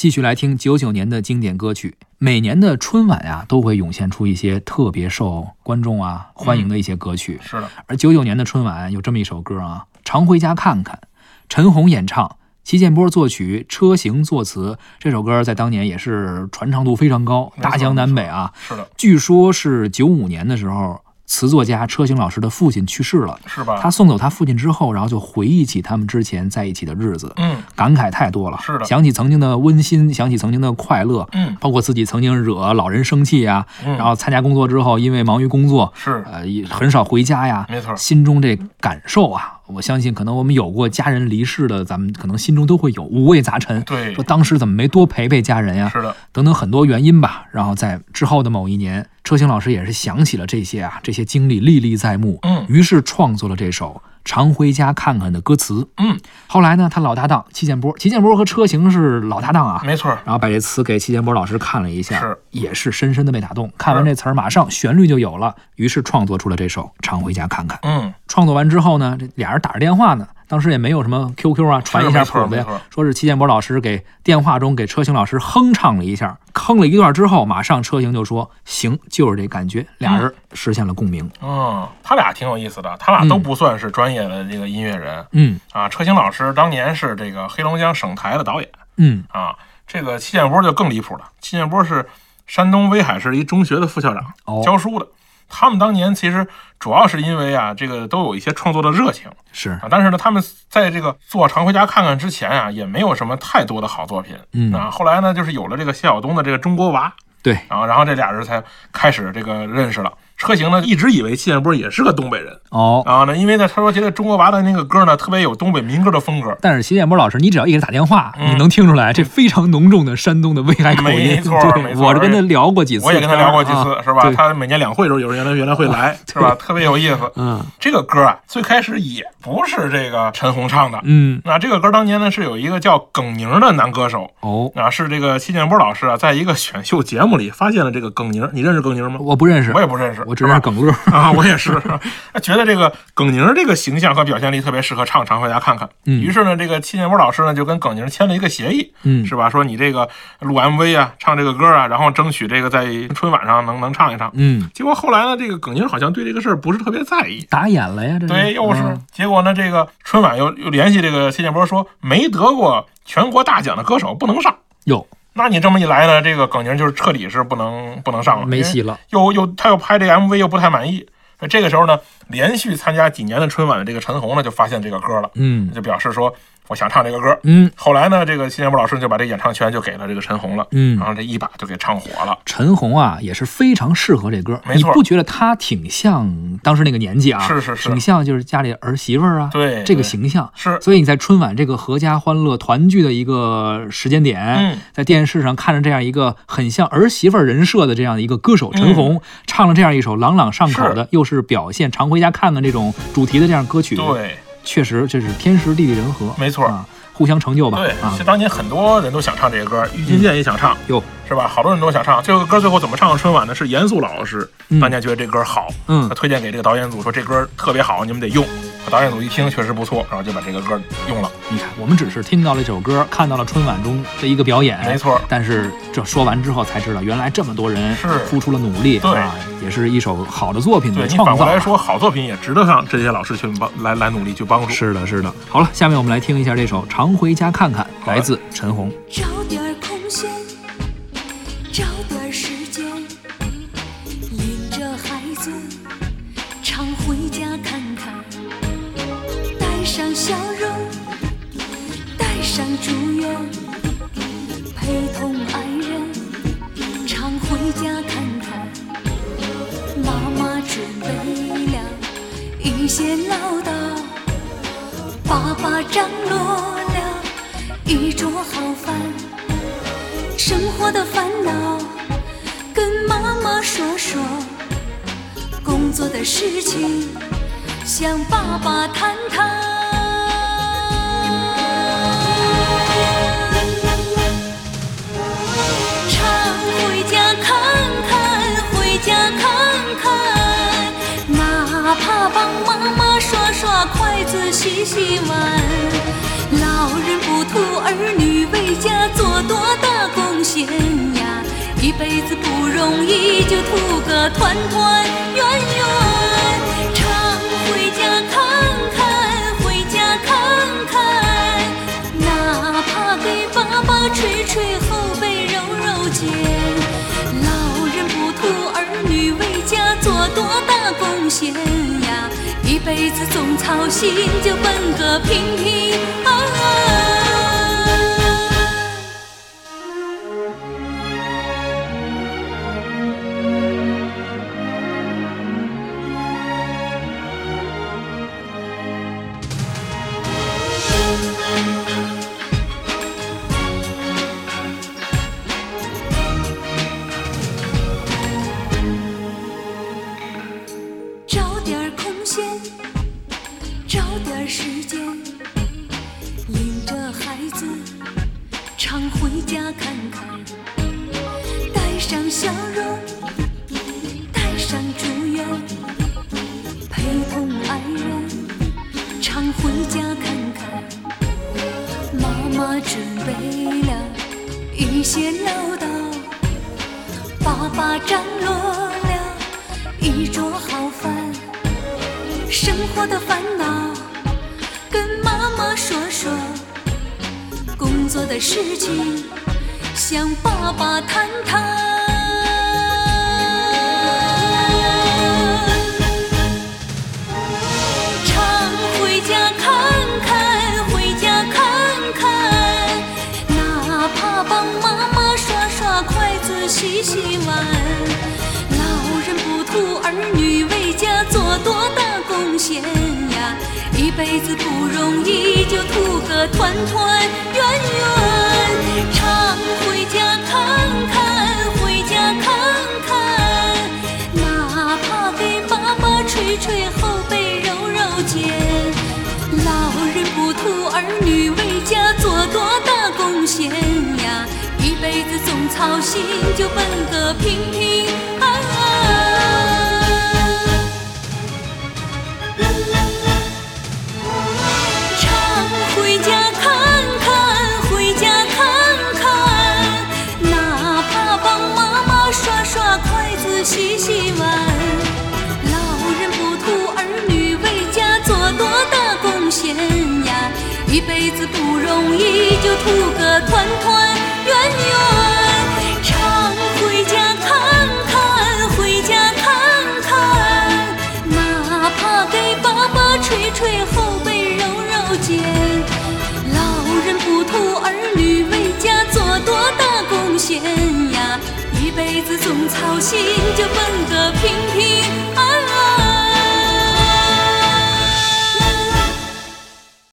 继续来听99年的经典歌曲。每年的春晚啊，都会涌现出一些特别受观众欢迎的一些歌曲。 是的。 而99年的春晚有这么一首歌啊，《常回家看看》，陈红演唱，齐建波作曲，车行作词。这首歌在当年也是传唱度非常高，大江南北啊。 是的。 据说是95年的时候，词作家车行老师的父亲去世了， 是吧？ 他送走他父亲之后，然后就回忆起他们之前在一起的日子，感慨太多了。 是的， 想起曾经的温馨，想起曾经的快乐， 包括自己曾经惹老人生气啊，然后参加工作之后，因为忙于工作，也很少回家呀， 没错， 心中这感受啊，我相信可能我们有过家人离世的，咱们可能心中都会有五味杂陈。 对， 说当时怎么没多陪陪家人呀？ 是的， 等等很多原因吧。然后在之后的某一年，车行老师也是想起了这些经历历历在目，于是创作了这首《常回家看看》的歌词。后来呢，他老搭档齐建波和车行是老搭档啊， 没错。 然后把这词给齐建波老师看了一下，也是深深的被打动。看完这词儿，马上旋律就有了，于是创作出了这首《常回家看看》。创作完之后呢，这俩人打着电话呢，当时也没有什么 QQ 啊，传一下谱子呀，说是齐建波老师给电话中给车行老师哼唱了一下，哼了一段之后，马上车行就说行，就是这感觉，俩人实现了共鸣。 他俩挺有意思的，他俩都不算是专业的这个音乐人。车行老师当年是这个黑龙江省台的导演。这个齐建波就更离谱了，齐建波是山东威海市一中学的副校长，教书的。他们当年其实主要是因为这个都有一些创作的热情，但是呢，他们在这个做《常回家看看》之前也没有什么太多的好作品。后来呢，就是有了这个谢晓东的这个《中国娃》， 对， 然后这俩人才开始这个认识了。车行呢一直以为齐建波也是个东北人然后呢，因为呢他说觉得中国娃的那个歌呢特别有东北民歌的风格。 但是齐建波老师，你只要一给他打电话，你能听出来这非常浓重的山东的威海口音。 没错， 我这跟他聊过几次， 我也跟他聊过几次，是吧？他每年两会的时候，有人原来会来，是吧？特别有意思。这个歌最开始也不是这个陈红唱的。那这个歌当年呢是有一个叫耿宁的男歌手是这个齐建波老师在一个选秀节目里发现了这个耿宁。你认识耿宁吗？ 我不认识， 我也不认识， 我只认识耿乐我也是，觉得这个耿宁这个形象和表现力特别适合唱《常回家看看》。于是呢，这个齐建波老师呢就跟耿宁签了一个协议，是吧？说你这个录 MV 唱这个歌然后争取这个在春晚上能唱一唱。结果后来呢，这个耿宁好像对这个事儿不是特别在意， 打眼了呀，这对，又是。结果呢，这个春晚又联系这个齐建波说，没得过全国大奖的歌手不能上。那你这么一来呢，这个耿宁就是彻底是不能上了， 没戏了。 他又拍这个 MV 又不太满意。这个时候呢，连续参加几年的春晚的这个陈红呢，就发现这个歌了，就表示说我想唱这个歌。后来呢，这个齐建波老师就把这演唱权就给了这个陈红了，然后这一把就给唱火了。 陈红也是非常适合这歌， 没错。 你不觉得他挺像当时那个年纪是挺像就是家里儿媳妇儿对， 这个形象是。 所以你在春晚这个阖家欢乐团聚的一个时间点，在电视上看着这样一个很像儿媳妇人设的这样一个歌手陈红，唱了这样一首朗朗上口的，又是表现常回家看看这种主题的这样歌曲， 对， 确实这是天时地利人和， 没错互相成就吧。 对，当年很多人都想唱这个歌，郁金剑也想唱，是吧？好多人都想唱这个歌。最后怎么唱春晚呢？是严肃老师当年觉得这歌好，他推荐给这个导演组说这歌特别好，你们得用。导演组一听确实不错，然后就把这个歌用了。你看，我们只是听到了这首歌，看到了春晚中的一个表演，没错。但是这说完之后才知道，原来这么多人付出了努力， 对也是一首好的作品的创造。 你反过来说，好作品也值得让这些老师去来努力去帮助。 是的，是的。好了，下面我们来听一下这首《常回家看看》，来自陈红。 找点空闲，找点时间，领着孩子常回家看看，带上笑容，带上祝愿，陪同爱人常回家看看。妈妈准备了一些唠叨，爸爸张罗了一桌好饭，生活的烦恼跟妈妈说说，工作的事情向爸爸谈谈。常回家看看，回家看看，哪怕帮妈妈刷刷筷子洗碗，老人不图儿女为家做多大辈子不容易，就图个团团圆圆。常回家看看，回家看看，哪怕给爸爸捶捶后背揉揉肩。老人不图儿女为家做多大贡献呀，一辈子总操心，就奔个平平安安。找点空闲，找点时间，领着孩子常回家看看，带上笑容，带上祝愿，陪同爱人常回家看看。妈妈准备了一些唠叨，爸爸张罗了一桌好饭。生活的烦恼跟妈妈说说，工作的事情向爸爸谈谈。常回家看看，回家看看，哪怕帮妈妈刷刷筷子洗洗碗。老人不图儿女为家做多大贡献呀，一辈子不容易，就图个团团圆圆。常回家看看，回家看看，哪怕给爸爸捶捶后背揉揉肩。老人不图儿女为家做多大贡献呀，一辈子总操心，就奔个平平安安。回家看看，回家看看，哪怕帮妈妈刷刷筷子洗洗碗。老人不图儿女为家做多大贡献呀，一辈子不容易，就图个团团圆圆。常回家看看，回家看看，哪怕给爸爸捶捶后背揉揉肩。不图儿女为家做多大贡献呀，一辈子总操心，就奔个平